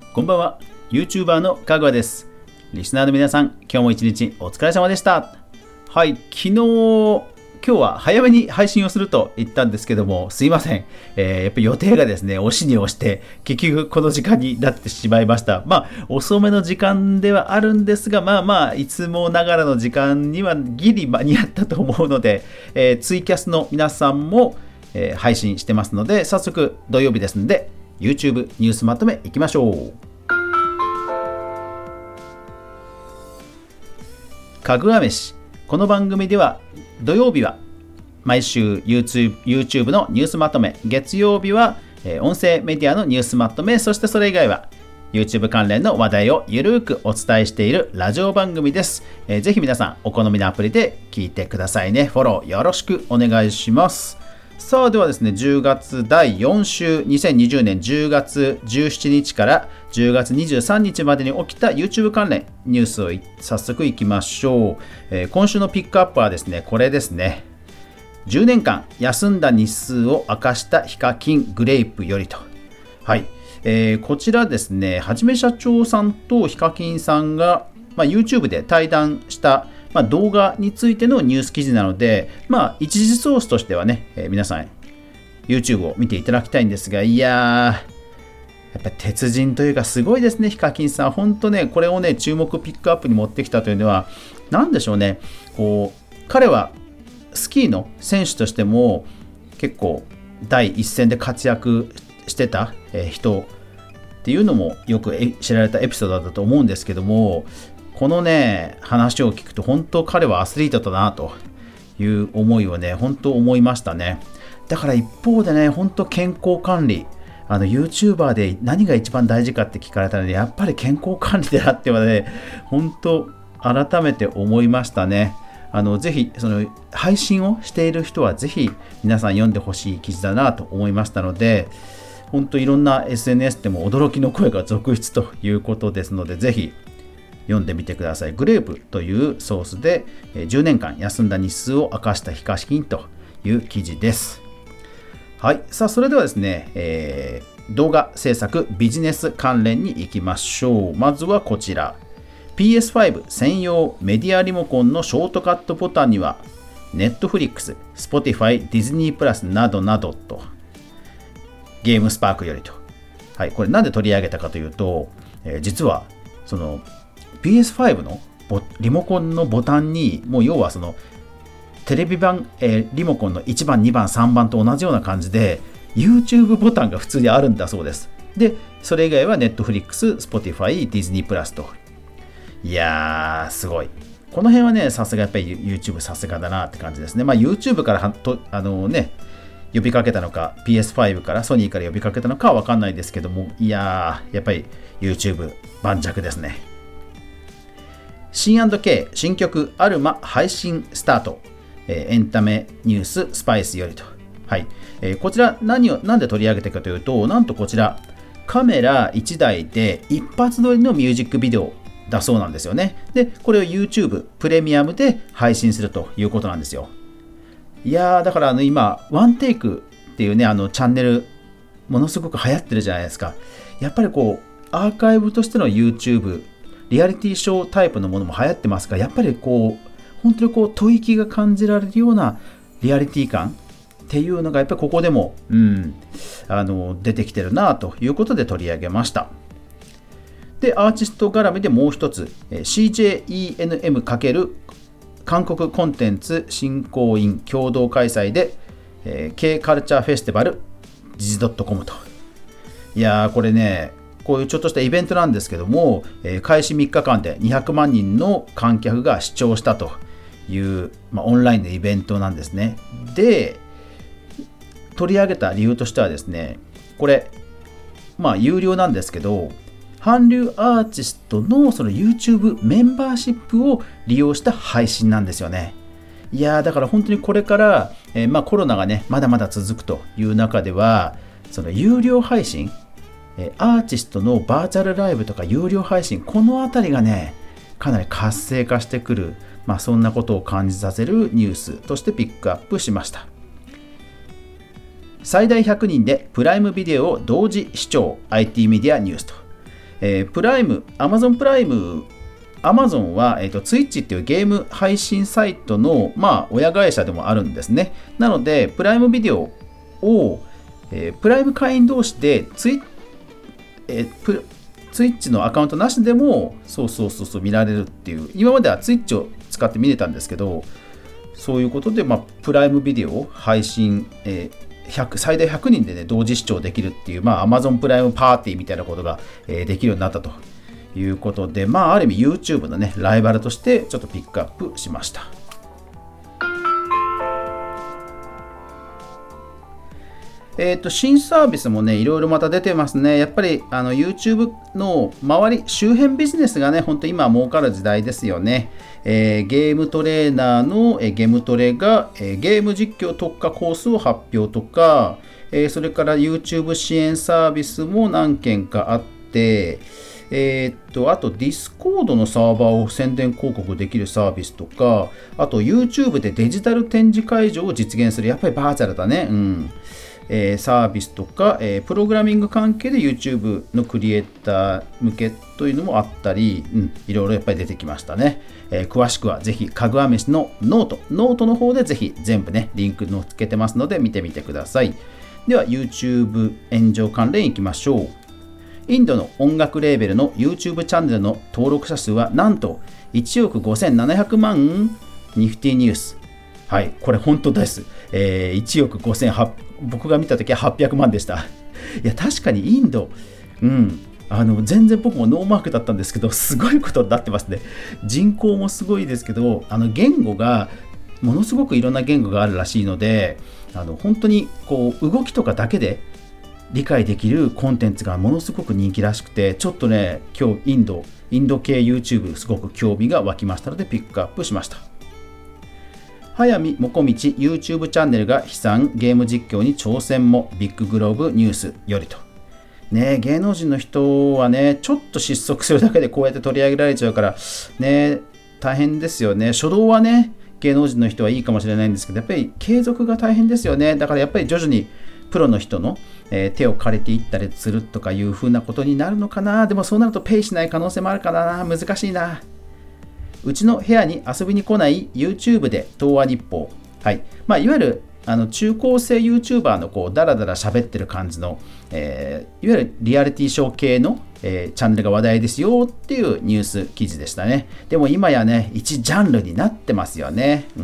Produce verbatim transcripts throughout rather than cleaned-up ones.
こんばんは、YouTuber のかぐわです。リスナーの皆さん、今日も一日お疲れ様でした。はい、昨日、今日は早めに配信をすると言ったんですけども、すいません。えー、やっぱり予定がですね、押しに押して、結局この時間になってしまいました。まあ、遅めの時間ではあるんですが、まあまあ、いつもながらの時間にはギリ間に合ったと思うので、えー、ツイキャスの皆さんも、えー、配信してますので、早速土曜日ですので、YouTube ニュースまとめいきましょう。かぐわ飯。この番組では土曜日は毎週 YouTube, YouTube のニュースまとめ、月曜日は、えー、音声メディアのニュースまとめ、そしてそれ以外は YouTube 関連の話題をゆるくお伝えしているラジオ番組です。えー、ぜひ皆さんお好みのアプリで聞いてくださいね。フォローよろしくお願いします。さあではですね、じゅうがつだいよん週、にせんにじゅうねんじゅうがつじゅうしちにちからじゅうがつにじゅうさんにちまでに起きた YouTube 関連ニュースを早速いきましょう。えー、今週のピックアップはですね、これですね。じゅうねんかん休んだ日数を明かしたヒカキングレイプよりと。はい。えー、こちらですね、はじめ社長さんとヒカキンさんが、まあ、YouTube で対談したまあ、動画についてのニュース記事なので、まあ、一時ソースとしてはね、えー、皆さん YouTube を見ていただきたいんですが、いやー、やっぱり鉄人というかすごいですね、ヒカキンさん。本当ね、これをね、注目ピックアップに持ってきたというのは、なんでしょうね、こう、彼はスキーの選手としても結構第一線で活躍してた人っていうのもよく知られたエピソードだと思うんですけども、このね、話を聞くと本当彼はアスリートだなという思いをね、本当思いましたね。だから一方でね、本当健康管理、あの YouTuber で何が一番大事かって聞かれたので、やっぱり健康管理だってはね、本当改めて思いましたね。あのぜひその配信をしている人はぜひ皆さん読んでほしい記事だなと思いましたので、本当いろんな エスエヌエス でも驚きの声が続出ということですので、ぜひ読んでみてください。グレープというソースでじゅうねんかん休んだ日数を明かしたヒカキンという記事です。はい。さあ、それではですね、えー、動画制作ビジネス関連に行きましょう。まずはこちら。ピーエスファイブ 専用メディアリモコンのショートカットボタンには Netflix、Spotify、Disney プラスなどなどとゲームスパークよりと。はい。これなんで取り上げたかというと、えー、実はそのピーエスファイブ のリモコンのボタンにもう要はそのテレビ版、えー、リモコンのいちばんにばんさんばんと同じような感じで YouTube ボタンが普通にあるんだそうです。でそれ以外は Netflix、Spotify、Disney プラスと。いやーすごい。この辺はね、さすがやっぱり YouTube さすがだなって感じですね。まあ YouTube からはとあのね呼びかけたのか ピーエスファイブ からソニーから呼びかけたのかは分かんないですけども、いやーやっぱり YouTube 盤石ですね。シーアンドケー 新曲アルマ配信スタート、えー、エンタメニューススパイスよりと。はい、えー、こちら何を何で取り上げてかというと、なんとこちらカメラいちだいで一発撮りのミュージックビデオだそうなんですよね。でこれを YouTube プレミアムで配信するということなんですよ。いやーだからあの今ワンテイクっていうね、あのチャンネルものすごく流行ってるじゃないですか。やっぱりこうアーカイブとしての YouTubeリアリティショータイプのものも流行ってますが、やっぱりこう本当にこう吐息が感じられるようなリアリティ感っていうのがやっぱりここでも、うん、あの出てきてるなということで取り上げました。でアーティスト絡みでもう一つ シージェーイーエヌエム× 韓国コンテンツ振興員共同開催で、えー、K カルチャーフェスティバルジジ .com と。いやーこれね、こういうちょっとしたイベントなんですけども、えー、開始みっかかんでにひゃくまんにんの観客が視聴したという、まあ、オンラインのイベントなんですね。で取り上げた理由としてはですね、これまあ有料なんですけど、韓流アーティストのその YouTube メンバーシップを利用した配信なんですよね。いやーだから本当にこれから、えー、まあコロナがねまだまだ続くという中では、その有料配信、アーティストのバーチャルライブとか有料配信、このあたりがねかなり活性化してくる、まあ、そんなことを感じさせるニュースとしてピックアップしました。最大ひゃくにんでプライムビデオを同時視聴 アイティー メディアニュースと。 えー、プライム、Amazon プライム、Amazon は、えーと、Twitch っていうゲーム配信サイトの、まあ、親会社でもあるんですね。なので、プライムビデオを、えー、プライム会員同士でツイ、えー、プツイッチのアカウントなしでもそうそうそうそう見られるっていう、今まではツイッチを使って見れたんですけど、そういうことで、まあ、プライムビデオを配信、えー、ひゃく最大ひゃくにんで、ね、同時視聴できるっていう、まあ、Amazon プライムパーティーみたいなことが、えー、できるようになったということで、まあ、ある意味 YouTube の、ね、ライバルとしてちょっとピックアップしました。えー、と新サービスもね、いろいろまた出てますね。やっぱりあの YouTube の周り、周辺ビジネスがね、本当今儲かる時代ですよね。えー、ゲームトレーナーの、えー、ゲームトレが、えー、ゲーム実況特化コースを発表とか、えー、それから YouTube 支援サービスも何件かあって、えー、っとあと Discord のサーバーを宣伝広告できるサービスとか、あと YouTube でデジタル展示会場を実現する、やっぱりバーチャルだね。うんえー、サービスとか、えー、プログラミング関係で YouTube のクリエイター向けというのもあったり、うん、いろいろやっぱり出てきましたね。えー、詳しくはぜひかぐわ飯のノート、ノートの方でぜひ全部ね、リンク載っけてますので見てみてください。では YouTube 炎上関連いきましょう。インドの音楽レーベルの YouTube チャンネルの登録者数はなんといちおくごせんななひゃくまん。ニフティニュース。はい、これ本当です。えー、いちおくごせんはっぴゃく、僕が見たときははっぴゃくまんでした。いや、確かにインド、うん、あの全然僕もノーマークだったんですけど、すごいことになってますね。人口もすごいですけど、あの言語が、ものすごくいろんな言語があるらしいので、あの本当にこう動きとかだけで理解できるコンテンツがものすごく人気らしくて、ちょっとね、今日インド、インド系 YouTube すごく興味が湧きましたのでピックアップしました。速水もこみち YouTube チャンネルが悲惨、ゲーム実況に挑戦も、ビッググローブニュースよりと。ね、芸能人の人はね、ちょっと失速するだけでこうやって取り上げられちゃうから、ね、大変ですよね。初動はね、芸能人の人はいいかもしれないんですけど、やっぱり継続が大変ですよね。だからやっぱり徐々にプロの人の、えー、手を借りていったりするとかいう風なことになるのかな。でもそうなるとペイしない可能性もあるからな。難しいな。うちの部屋に遊びに来ない YouTube で東亜日報。はい。まあ、いわゆるあの中高生 YouTuber のこうダラダラ喋ってる感じの、えー、いわゆるリアリティショー系の、えー、チャンネルが話題ですよっていうニュース記事でしたね。でも今やね、一ジャンルになってますよね。うん。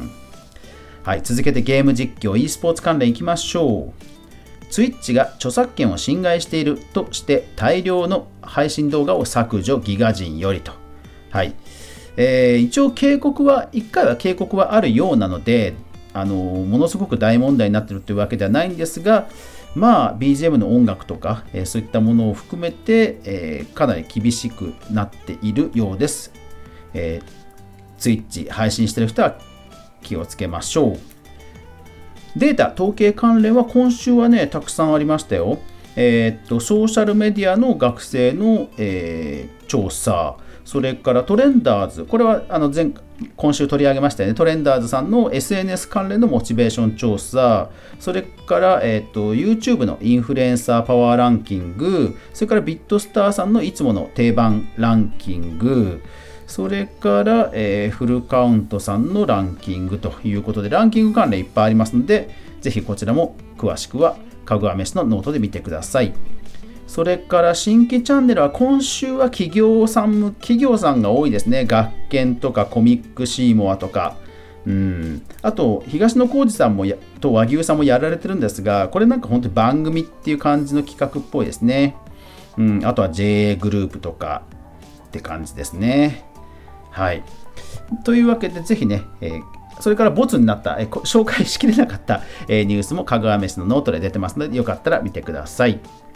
はい。続けてゲーム実況、e スポーツ関連いきましょう。Twitch が著作権を侵害しているとして大量の配信動画を削除、ギガ人よりと。はい。えー、一応警告は、いっかいは警告はあるようなので、あのー、ものすごく大問題になっているというわけではないんですが、まあ ビージーエム の音楽とか、えー、そういったものを含めて、えー、かなり厳しくなっているようです。えー、Twitch 配信している人は気をつけましょう。データ、統計関連は今週はね、たくさんありましたよ。えー、っとソーシャルメディアの学生の、えー、調査、それからトレンダーズ、これはあの前今週取り上げましたよね。トレンダーズさんの エスエヌエス 関連のモチベーション調査、それから、えー、と YouTube のインフルエンサーパワーランキング、それからビットスターさんのいつもの定番ランキング、それから、えー、フルカウントさんのランキングということで、ランキング関連いっぱいありますので、ぜひこちらも詳しくはかぐわ飯のノートで見てください。それから新規チャンネルは今週は企業さん企業さんが多いですね。学研とかコミックシーモアとか、うん、あと東野幸治さんもやと和牛さんもやられてるんですが、これなんか本当に番組っていう感じの企画っぽいですね。うん、あとは ジェーエー グループとかって感じですね。はい。というわけでぜひね、えーそれからボツになった、えー、紹介しきれなかった、えー、ニュースもかぐわ飯のノートで出てますので、よかったら見てください。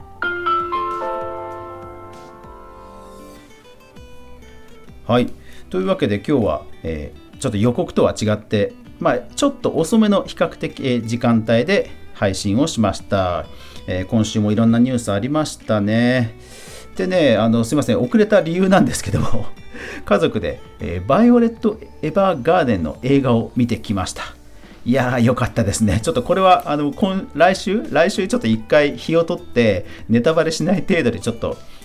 はい。というわけで今日は、えー、ちょっと予告とは違って、まあ、ちょっと遅めの比較的、えー、時間帯で配信をしました、えー。今週もいろんなニュースありましたね。でね、あのすいません、遅れた理由なんですけども、家族で、えー、バイオレット・エヴァーガーデンの映画を見てきました。いやー、良かったですね。ちょっとこれはあの今来週、来週ちょっと一回日を取って、ネタバレしない程度でちょっと、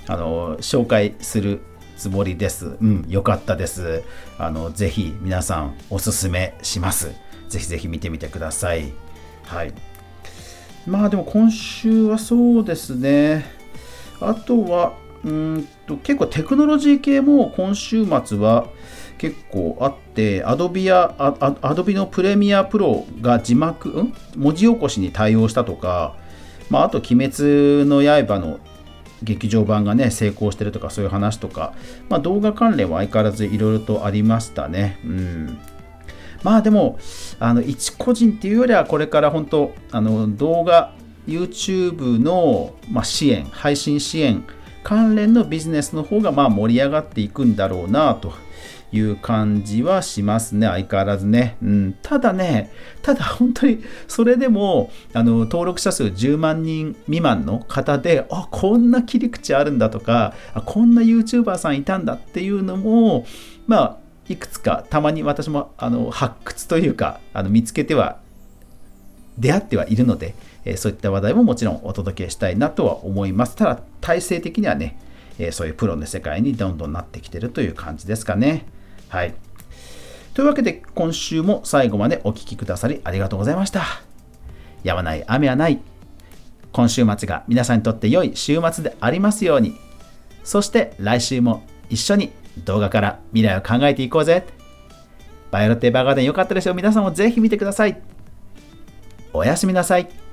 あの紹介するつもりです。うん、よかったです。あのぜひ皆さんおすすめします。ぜひぜひ見てみてください。はい。まあでも今週はそうですね。あとはうんと結構テクノロジー系も今週末は結構あって、Adobe や Adobe のプレミアプロが字幕、ん文字起こしに対応したとか、まあ、あと鬼滅の刃の劇場版がね成功してるとか、そういう話とか、まあ、動画関連は相変わらずいろいろとありましたね。うん、まあでもあの一個人っていうよりはこれから本当あの動画 YouTube の、まあ、支援配信支援関連のビジネスの方がまあ盛り上がっていくんだろうなという感じはしますね、相変わらずね。うん、ただね、ただ本当にそれでもあの登録者数じゅうまんにん未満の方で、あ、こんな切り口あるんだとか、あ、こんな YouTuber さんいたんだっていうのも、まあいくつかたまに私もあの発掘というかあの見つけては出会ってはいるので、えー、そういった話題ももちろんお届けしたいなとは思います。ただ体制的にはね、えー、そういうプロの世界にどんどんなってきてるという感じですかね。はい。というわけで今週も最後までお聞きくださりありがとうございました。やまない雨はない。今週末が皆さんにとって良い週末でありますように。そして来週も一緒に動画から未来を考えていこうぜ。バイオロッテバーガーデン良かったですよ。皆さんもぜひ見てください。おやすみなさい。